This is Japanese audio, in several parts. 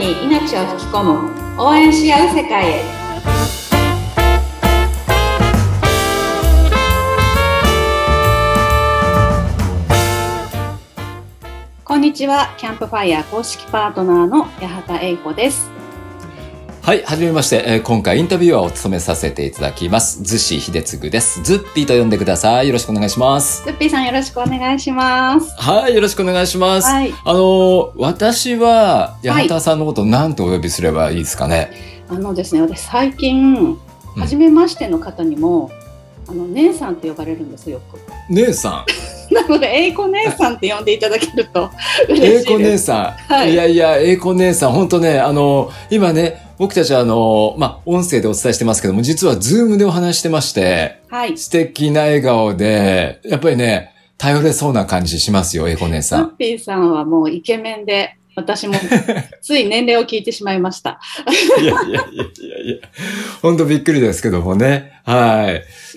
に命を吹き込む応援し合う世界へ。こんにちは。キャンプファイヤー公式パートナーの八幡英子です。 はい、はじめまして。今回インタビュアーを務めさせていただきます。逗子秀嗣です。ズッピーと呼んでください。よろしくお願いします。 ズッピーさんよろしくお願いします。 はい、よろしくお願いします。 はい、 私は八幡さんのこと何とお呼びすればいいですかね。 ですね、私最近初めましての方にも、姉さんって呼ばれるんですよく。 姉さんなので英子姉さんって呼んでいただけると嬉しいです。 英子姉さん、はい、いや英子姉さん本当ね、今ね僕たちは音声でお伝えしてますけども、実はズームでお話してまして、はい、素敵な笑顔でやっぱりね頼れそうな感じしますよ、英子姉さん。 ズッピーさんはもうイケメンで、私もつい年齢を聞いてしまいました。 いや。本当びっくりですけどもね。はい。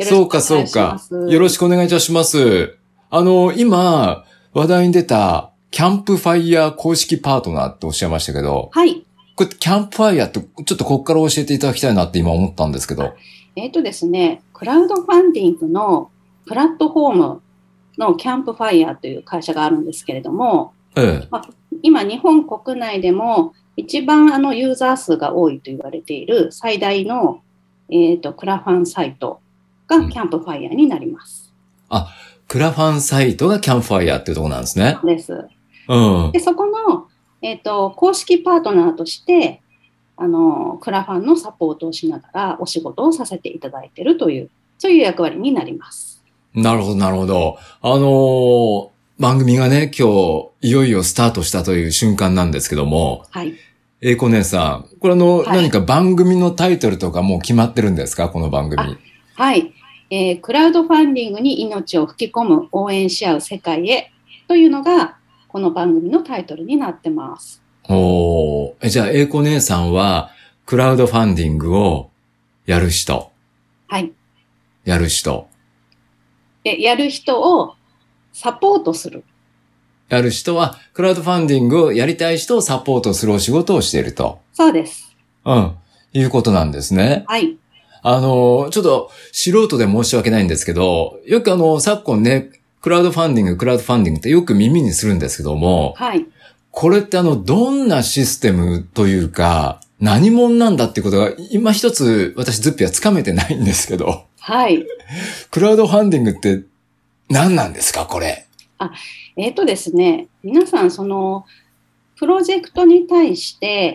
そうか。よろしくお願いいたします。今、話題に出た、キャンプファイヤー公式パートナーっておっしゃいましたけど。 はい。 これ、キャンプファイヤーって、ちょっとここから教えていただきたいなって今思ったんですけど。 ですね、クラウドファンディングのプラットフォームのキャンプファイヤーという会社があるんですけれども、今日本国内でも一番ユーザー数が多いと言われている最大の、クラファンサイトがキャンプファイヤーになります。 クラファンサイトがキャンプファイヤーっていうところなんですね。 そうです。で、そこの、公式パートナーとして、クラファンのサポートをしながらお仕事をさせていただいているという、そういう役割になります。 なるほど。番組がね、今日、いよいよスタートしたという瞬間なんですけども、 はい。 英子姉さん、これ何か番組のタイトルとかもう決まってるんですか、この番組。 はい。クラウドファンディングに命を吹き込む応援し合う世界へというのが、この番組のタイトルになってます。 じゃあ、英子姉さんは、クラウドファンディングをやる人。 はい。 やる人。 やる人をサポートする。 やる人は、クラウドファンディングをやりたい人をサポートするお仕事をしていると。 そうです。 いうことなんですね。 はい。 ちょっと素人で申し訳ないんですけど、よく昨今ね、クラウドファンディングってよく耳にするんですけども、 はい。 これってどんなシステムというか、何者なんだっていうことが、今一つ私ズッピはつかめてないんですけど。 はい。 クラウドファンディングって何なんですか、これ。 ですね、皆さんプロジェクトに対して、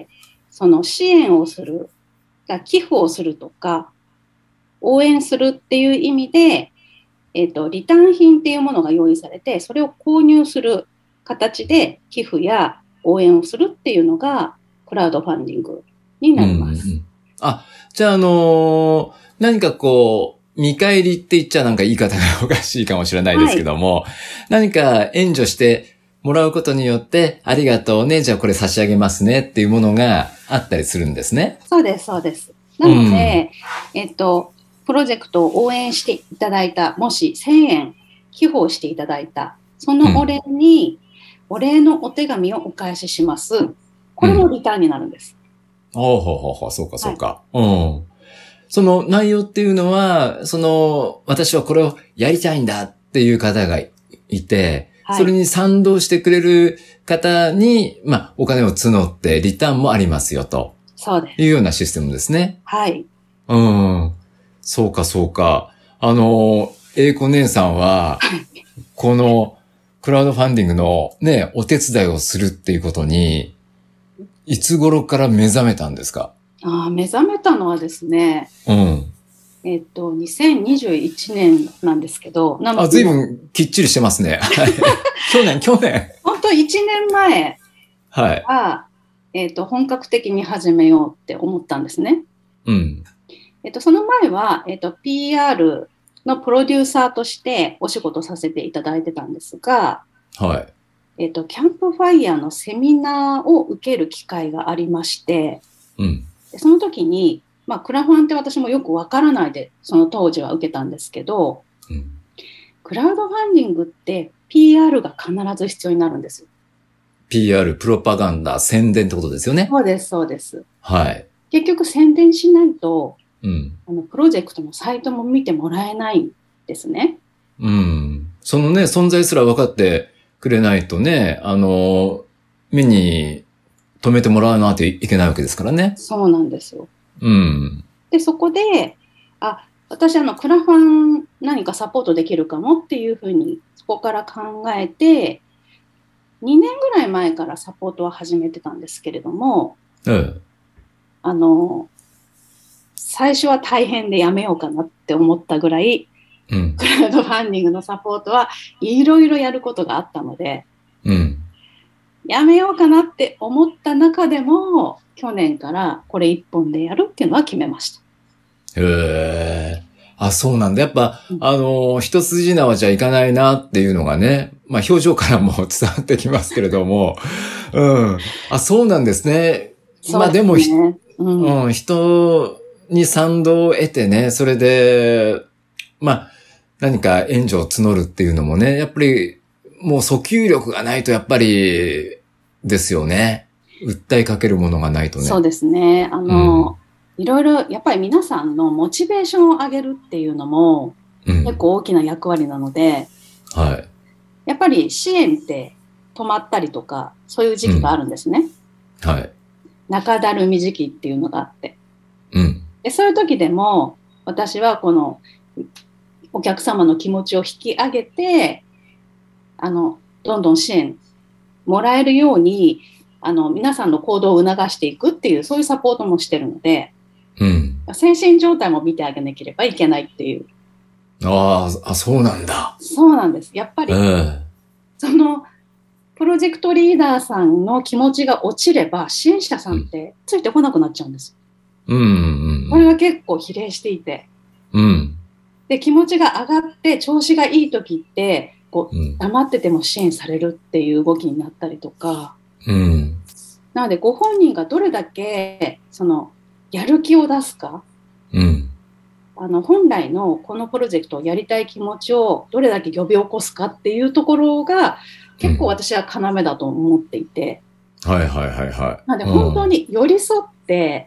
支援をする、寄付をするとか、応援するっていう意味で、リターン品っていうものが用意されて、それを購入する形で寄付や応援をするっていうのが、クラウドファンディングになります。 じゃあ何か見返りって言っちゃなんか言い方がおかしいかもしれないですけども、何か援助してもらうことによって、ありがとうね、じゃあこれ差し上げますねっていうものがあったりするんですね。 そうです、そうです。なので、プロジェクトを応援していただいた、もし1000円寄付をしていただいた、そのお礼に、お礼のお手紙をお返しします。これもリターンになるんです。 そうか。その内容っていうのは、私はこれをやりたいんだっていう方がいて、それに賛同してくれる方に、お金を募ってリターンもありますよと。 そうです。 いうようなシステムですね。 はい。 そうか。英子姉さんは、このクラウドファンディングのね、お手伝いをするっていうことに、いつ頃から目覚めたんですか？ 目覚めたのはですね、2021年なんですけど、 随分きっちりしてますね。去年。 本当1年前は、本格的に始めようって思ったんですね。その前は、PR のプロデューサーとしてお仕事させていただいてたんですが、キャンプファイヤーのセミナーを受ける機会がありまして、その時に、クラファンって私もよくわからないで、その当時は受けたんですけど、クラウドファンディングって PR が必ず必要になるんですよ。 PR、プロパガンダ、宣伝ってことですよね。 そうです、そうです。 はい。 結局宣伝しないと、 うん。 プロジェクトのサイトも見てもらえないんですね。 うん。そのね、存在すら分かってくれないとね、目に留めてもらわないといけないわけですからね。 そうなんですよ。 うん。 で、そこで、私クラファン何かサポートできるかもっていうふうに、そこから考えて、2年ぐらい前からサポートは始めてたんですけれども、最初は大変でやめようかなって思ったぐらい、クラウドファンディングのサポートはいろいろやることがあったので、やめようかなって思った中でも、去年からこれ一本でやるっていうのは決めました。 そうなんだ。やっぱ、一筋縄じゃいかないなっていうのがね、まあ表情からも伝わってきますけれども、そうなんですね。まあでも、人に賛同を得てね、それで、まあ、何か援助を募るっていうのもね、やっぱり、もう訴求力がないとやっぱり、ですよね。訴えかけるものがないとね。 そうですね。いろいろやっぱり皆さんのモチベーションを上げるっていうのも結構大きな役割なので、やっぱり支援って止まったりとかそういう時期があるんですね。中だるみ時期っていうのがあって、でそういう時でも私はこのお客様の気持ちを引き上げてどんどん支援もらえるように皆さんの行動を促していくっていうそういうサポートもしてるので、精神状態も見てあげなければいけないっていう。 そうなんだ。 そうなんです。やっぱり、そのプロジェクトリーダーさんの気持ちが落ちれば支援者さんってついてこなくなっちゃうんです。これは結構比例していて、で気持ちが上がって調子がいい時って黙ってても支援されるっていう動きになったりとか、なのでご本人がどれだけやる気を出すか、本来のこのプロジェクトをやりたい気持ちをどれだけ呼び起こすかっていうところが結構私は要だと思っていて、なので本当に寄り添って、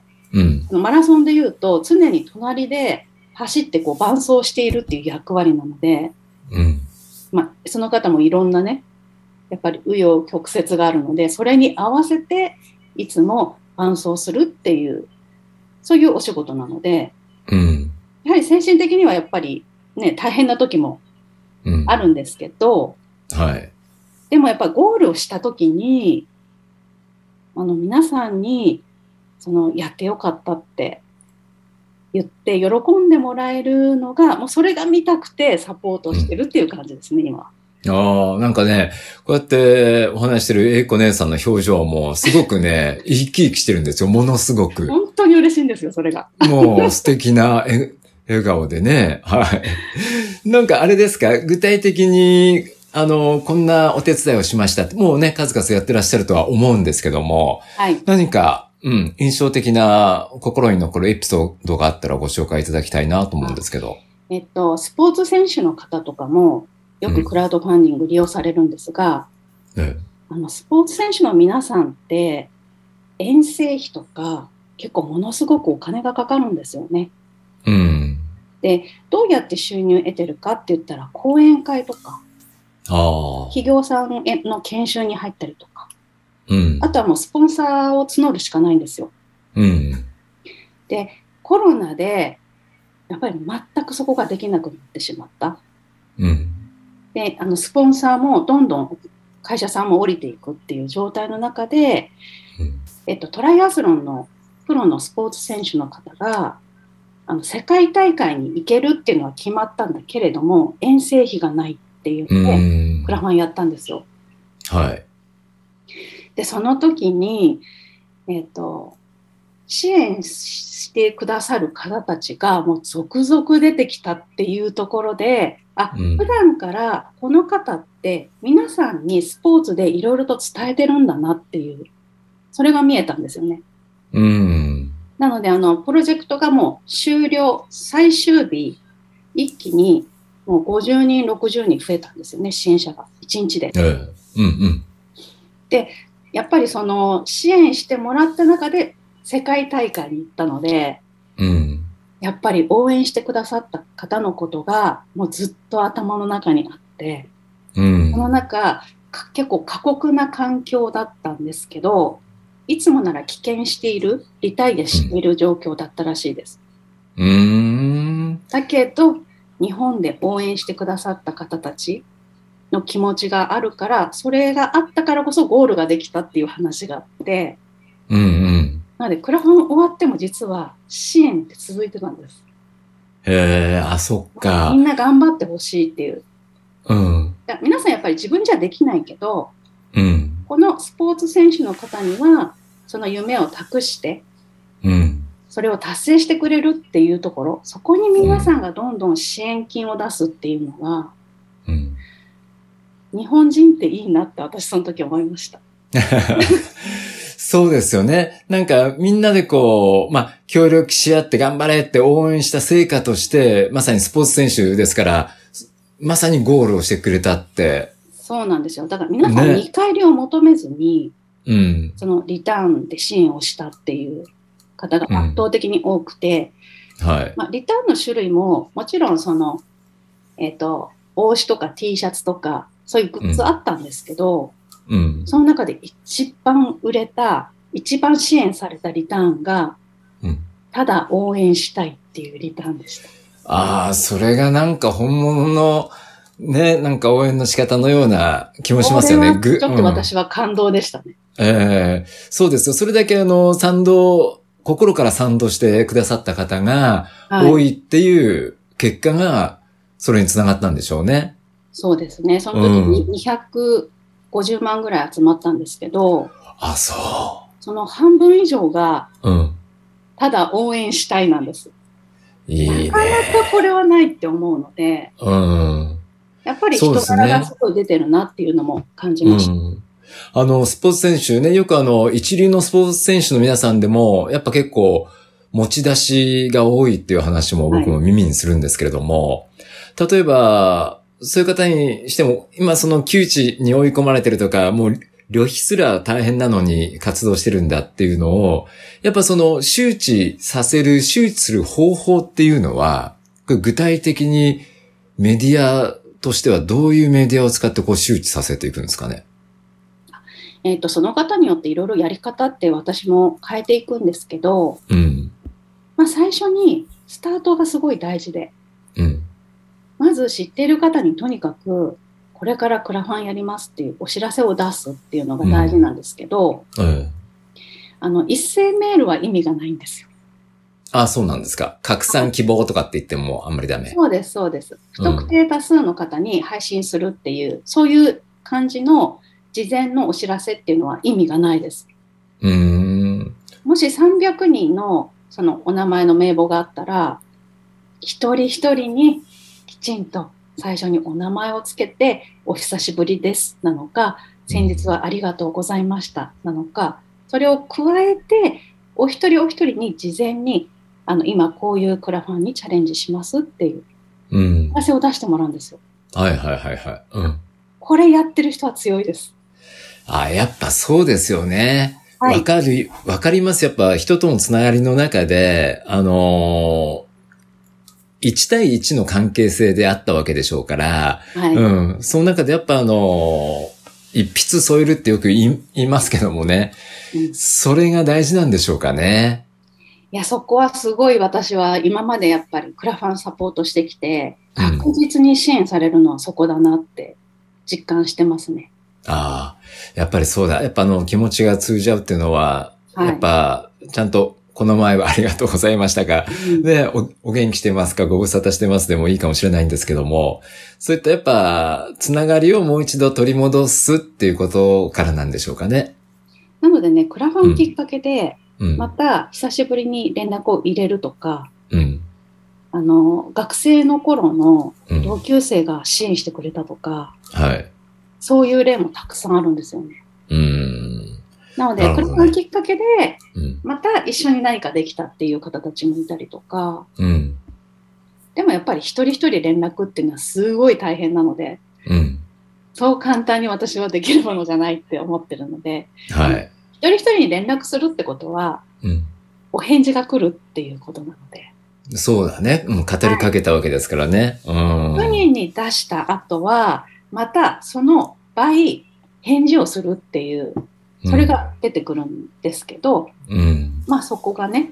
マラソンでいうと常に隣で走って伴走しているっていう役割なので、その方もいろんなね、やっぱり紆余曲折があるので、それに合わせていつも伴走するっていうそういうお仕事なので、やはり精神的にはやっぱりね大変な時もあるんですけど、でもやっぱりゴールをした時に皆さんにやってよかったって言って喜んでもらえるのがもうそれが見たくてサポートしてるっていう感じですね、今。 なんかね、こうやってお話してる英子姉さんの表情もすごくね、生き生きしてるんですよ。ものすごく。 本当に嬉しいんですよ、それが。 もう素敵な笑顔でね。なんかあれですか、具体的に、こんなお手伝いをしましたって、もうね、数々やってらっしゃるとは思うんですけども、何か、印象的な心に残るエピソードがあったらご紹介いただきたいなと思うんですけど。 スポーツ選手の方とかも、よくクラウドファンディング利用されるんですが、スポーツ選手の皆さんって遠征費とか結構ものすごくお金がかかるんですよね。で、どうやって収入を得てるかって言ったら講演会とか企業さんの研修に入ったりとか、あとはもうスポンサーを募るしかないんですよ。で、コロナでやっぱり全くそこができなくなってしまった。で、スポンサーもどんどん会社さんも降りていくっていう状態の中で、トライアスロンのプロのスポーツ選手の方が世界大会に行けるっていうのは決まったんだけれども遠征費がないっていうのでクラファンやったんですよ。でその時に、支援してくださる方たちがもう続々出てきたっていうところで、普段からこの方って皆さんにスポーツでいろいろと伝えてるんだなっていうそれが見えたんですよね。なのでプロジェクトがもう終了最終日一気にもう50人60人増えたんですよね、支援者が1日で。でやっぱりその支援してもらった中で世界大会に行ったので、 うん、 やっぱり応援してくださった方のことがもうずっと頭の中にあって、 うん、 その中、結構過酷な環境だったんですけど、いつもなら棄権している、リタイアしている状況だったらしいです。だけど、日本で応援してくださった方たちの気持ちがあるから、それがあったからこそゴールができたっていう話があって、 うんうん、 なので、クラファン終わっても実は支援って続いてたんです。 へー、あ、そっか。 みんな頑張ってほしいっていう。 うん。 皆さんやっぱり自分じゃできないけど、 うん、 このスポーツ選手の方には、その夢を託して、 うん、 それを達成してくれるっていうところ、そこに皆さんがどんどん支援金を出すっていうのが、 うん、 日本人っていいなって私その時思いました。 そうですよね。なんかみんなでこう、まあ、協力し合って頑張れって応援した成果として、まさにスポーツ選手ですから、まさにゴールをしてくれたって。 そうなんですよ。だから皆さん見返りを求めずに、 うん、 そのリターンで支援をしたっていう方が圧倒的に多くて、 はい。 まあ、リターンの種類ももちろんその、帽子とか T シャツとか、そういうグッズあったんですけど、その中で一番売れた、一番支援されたリターンが、ただ応援したいっていうリターンでした。 ああ、それがなんか本物の、ね、なんか応援の仕方のような気もしますよね。 ちょっと私は感動でしたね。そうですよ。それだけ心から賛同してくださった方が多いっていう結果が、それにつながったんでしょうね。 そうですね。その時に250万ぐらい集まったんですけど、 あ、そう。 その半分以上が、ただ応援したいなんです。 いいね。 なかなかこれはないって思うので、やっぱり人柄がすごい出てるなっていうのも感じました。 スポーツ選手ね、よく一流のスポーツ選手の皆さんでも、やっぱ結構、持ち出しが多いっていう話も僕も耳にするんですけれども、例えば、そういう方にしても、今その窮地に追い込まれてるとか、もう旅費すら大変なのに活動してるんだっていうのを、やっぱその周知する方法っていうのは、具体的にメディアとしてはどういうメディアを使って周知させていくんですかね。 その方によっていろいろやり方って私も変えていくんですけど、まあ最初にスタートがすごい大事で、まず知っている方にとにかくこれからクラファンやりますっていうお知らせを出すっていうのが大事なんですけど、一斉メールは意味がないんですよ。 あ、そうなんですか。拡散希望とかって言ってもあんまりダメ。 そうです、そうです。不特定多数の方に配信するっていう、そういう感じの事前のお知らせっていうのは意味がないです。もし300人のそのお名前の名簿があったら、一人一人にきちんと最初にお名前をつけて、お久しぶりですなのか、先日はありがとうございましたなのか、それを加えて、お一人お一人に事前に、今こういうクラファンにチャレンジしますっていう、お知らせを出してもらうんですよ。 はいはいはいはい。 これやってる人は強いです。 やっぱそうですよね。わかります。やっぱ人とのつながりの中で、1対1の関係性であったわけでしょうから、その中でやっぱ一筆添えるってよく言いますけどもね、それが大事なんでしょうかね。 いや、そこはすごい私は今までやっぱりクラファンサポートしてきて、確実に支援されるのはそこだなって実感してますね。 やっぱりそうだ。やっぱ気持ちが通じ合うっていうのは、やっぱちゃんとこの前はありがとうございましたが、ね、お元気してますか、ご無沙汰してますでもいいかもしれないんですけども、そういったやっぱつながりをもう一度取り戻すっていうことからなんでしょうかね。 なのでね、クラファンきっかけで、また久しぶりに連絡を入れるとか、学生の頃の同級生が支援してくれたとか、そういう例もたくさんあるんですよね。なので、クラファンきっかけで、また一緒に何かできたっていう方たちもいたりとか、でもやっぱり一人一人連絡っていうのはすごい大変なので、 そう簡単に私はできるものじゃないって思ってるので、 はい。 一人一人に連絡するってことは、お返事が来るっていうことなので。 そうだね。語りかけたわけですからね。 100人に出した後は、またその倍返事をするっていう、それが出てくるんですけど、そこがね、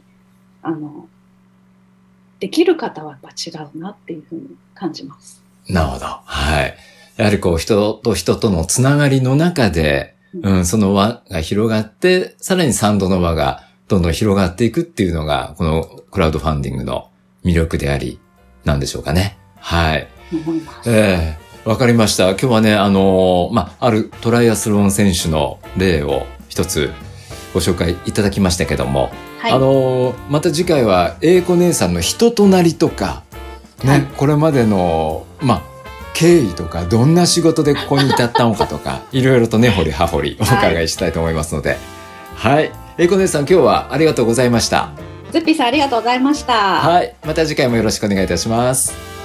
できる方はやっぱ違うなっていうふうに感じます。 なるほど。はい。やはり人と人とのつながりの中で、その輪が広がって、さらに賛同の輪がどんどん広がっていくっていうのが、このクラウドファンディングの魅力であり、なんでしょうかね。はい。 思います。 わかりました。今日はね、あるトライアスロン選手の例を一つご紹介いただきましたけども、はい、また次回は英子姉さんの人となりとか、ね、はい、これまでの、経緯とか、どんな仕事でここに至ったのかとか、いろいろとね、掘り葉掘りお伺いしたいと思いますので、はい。英子姉さん、今日はありがとうございました。 ズッピーさん、ありがとうございました。 はい。また次回もよろしくお願いいたします。